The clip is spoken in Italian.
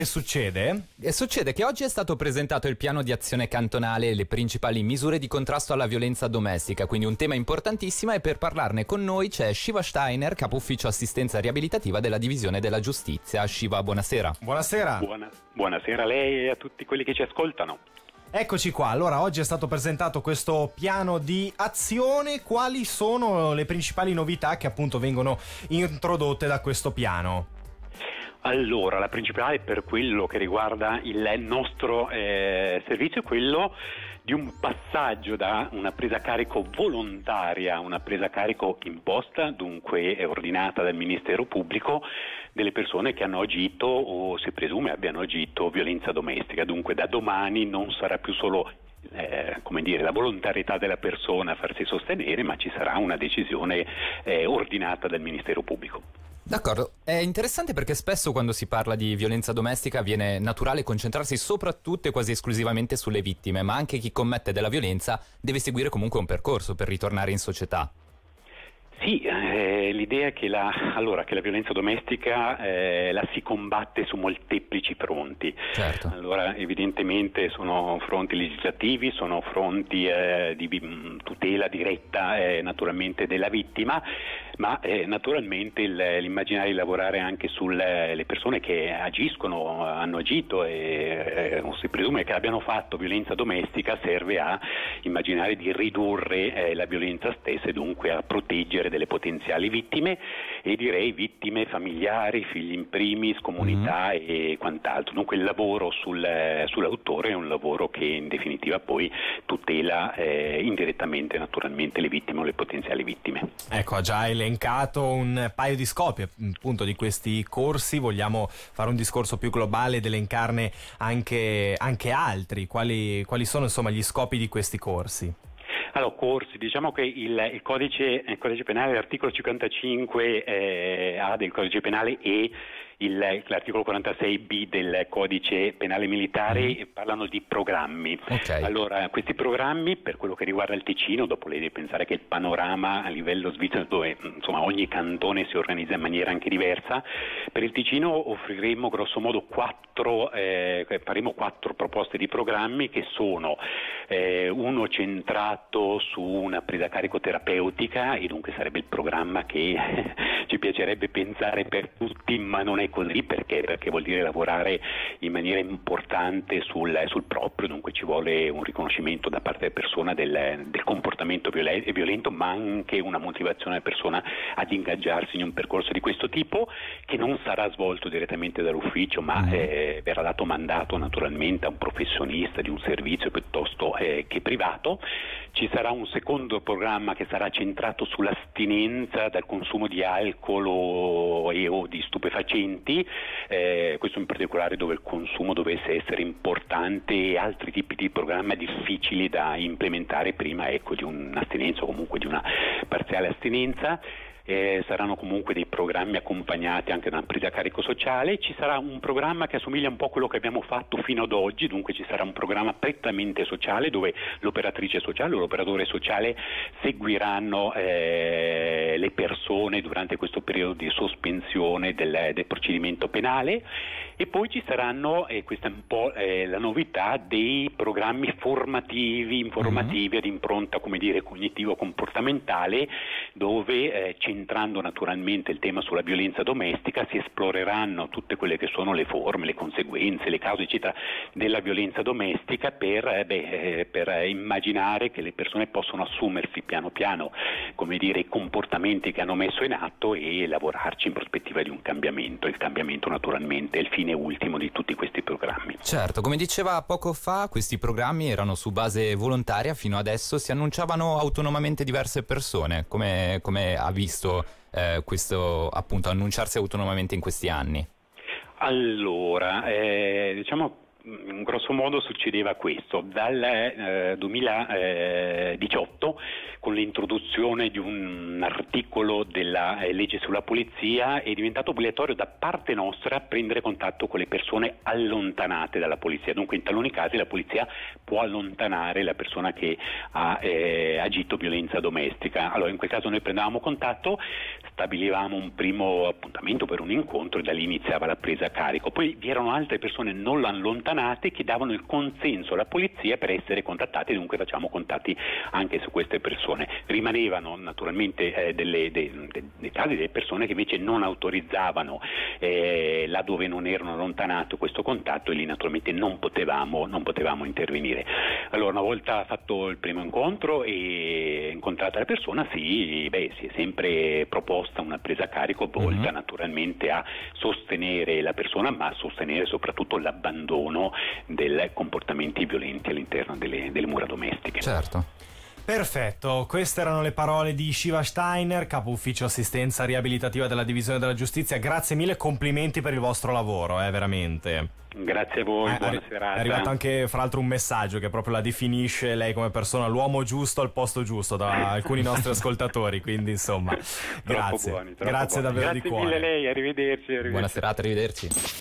Che succede? E succede che oggi è stato presentato il piano di azione cantonale e le principali misure di contrasto alla violenza domestica, quindi un tema importantissimo, e per parlarne con noi c'è Shiva Steiner, capo ufficio assistenza riabilitativa della divisione della giustizia. Shiva, buonasera. Buonasera. Buonasera a lei e a tutti quelli che ci ascoltano. Eccoci qua, allora oggi è stato presentato questo piano di azione. Quali sono le principali novità che appunto vengono introdotte da questo piano? Allora, la principale per quello che riguarda il nostro servizio è quello di un passaggio da una presa a carico volontaria a una presa a carico imposta, dunque ordinata dal Ministero Pubblico, delle persone che hanno agito o si presume abbiano agito violenza domestica. Dunque da domani non sarà più solo la volontarietà della persona a farsi sostenere, ma ci sarà una decisione ordinata dal Ministero Pubblico. D'accordo, è interessante perché spesso quando si parla di violenza domestica viene naturale concentrarsi soprattutto e quasi esclusivamente sulle vittime, ma anche chi commette della violenza deve seguire comunque un percorso per ritornare in società. Sì, l'idea è che la violenza domestica la si combatte su molteplici fronti. Certo. Allora, evidentemente sono fronti legislativi, sono fronti di tutela diretta naturalmente della vittima, ma naturalmente l'immaginare di lavorare anche sulle persone che agiscono, hanno agito o si presume che abbiano fatto violenza domestica serve a immaginare di ridurre la violenza stessa e dunque a proteggere delle potenziali vittime, e direi vittime familiari, figli in primis, comunità e quant'altro. Dunque il lavoro sull'autore è un lavoro che in definitiva poi tutela indirettamente naturalmente le vittime o le potenziali vittime. Ecco, ha già elencato un paio di scopi appunto di questi corsi. Vogliamo fare un discorso più globale ed elencarne anche altri. Quali sono insomma gli scopi di questi corsi? Allora, corsi, diciamo che il codice penale, l'articolo 55 A del codice penale e l'articolo 46B del codice penale militare parlano di programmi. Okay. Allora, questi programmi, per quello che riguarda il Ticino, dopo lei deve pensare che il panorama a livello svizzero, dove insomma ogni cantone si organizza in maniera anche diversa, per il Ticino offriremo grosso modo faremo 4 proposte di programmi che sono uno centrato su una presa a carico terapeutica, e dunque sarebbe il programma che ci piacerebbe pensare per tutti, ma non è così perché vuol dire lavorare in maniera importante sul proprio, dunque ci vuole un riconoscimento da parte della persona del comportamento violento, ma anche una motivazione della persona ad ingaggiarsi in un percorso di questo tipo, che non sarà svolto direttamente dall'ufficio, ma verrà dato mandato naturalmente a un professionista di un servizio piuttosto che privato. Ci sarà un secondo programma che sarà centrato sull'astinenza dal consumo di alcol o di stupefacenti, questo in particolare dove il consumo dovesse essere importante, e altri tipi di programma difficili da implementare prima di un'astinenza o comunque di una parziale astinenza. Saranno comunque dei programmi accompagnati anche da una presa a carico sociale. Ci sarà un programma che assomiglia un po' a quello che abbiamo fatto fino ad oggi, dunque ci sarà un programma prettamente sociale dove l'operatrice sociale o l'operatore sociale seguiranno le persone durante questo periodo di sospensione del procedimento penale. E poi ci saranno, e questa è un po' la novità, dei programmi informativi ad impronta cognitivo-comportamentale, dove centrando naturalmente il tema sulla violenza domestica si esploreranno tutte quelle che sono le forme, le conseguenze, le cause eccetera della violenza domestica per immaginare che le persone possono assumersi piano piano i comportamenti che hanno messo in atto e lavorarci in prospettiva di un cambiamento. Il cambiamento naturalmente è il fine ultimo di tutti questi programmi. Certo, come diceva poco fa, questi programmi erano su base volontaria fino adesso, si annunciavano autonomamente diverse persone. Come ha visto questo appunto annunciarsi autonomamente in questi anni? Allora, diciamo grosso modo succedeva questo: dal 2018, con l'introduzione di un articolo della legge sulla polizia, è diventato obbligatorio da parte nostra prendere contatto con le persone allontanate dalla polizia. Dunque in taluni casi la polizia può allontanare la persona che ha agito violenza domestica. Allora in quel caso noi prendevamo contatto, stabilivamo un primo appuntamento per un incontro e da lì iniziava la presa a carico. Poi vi erano altre persone non allontanate che davano il consenso alla polizia per essere contattate, dunque facciamo contatti anche su queste persone. Rimanevano naturalmente dei casi delle persone che invece non autorizzavano là dove non erano allontanate questo contatto, e lì naturalmente non potevamo intervenire. Allora una volta fatto il primo incontro e incontrata la persona, si è sempre proposta una presa a carico volta naturalmente a sostenere la persona, ma a sostenere soprattutto l'abbandono dei comportamenti violenti all'interno delle mura domestiche. Certo. Perfetto, queste erano le parole di Shiva Steiner, capo ufficio assistenza riabilitativa della Divisione della Giustizia. Grazie mille, complimenti per il vostro lavoro, veramente. Grazie a voi, buona serata. È arrivato anche fra l'altro un messaggio che proprio la definisce lei come persona, l'uomo giusto al posto giusto, da alcuni nostri ascoltatori, quindi insomma grazie, buoni, grazie buoni. Davvero Grazie di cuore. Grazie mille a lei, arrivederci. Buona serata, arrivederci.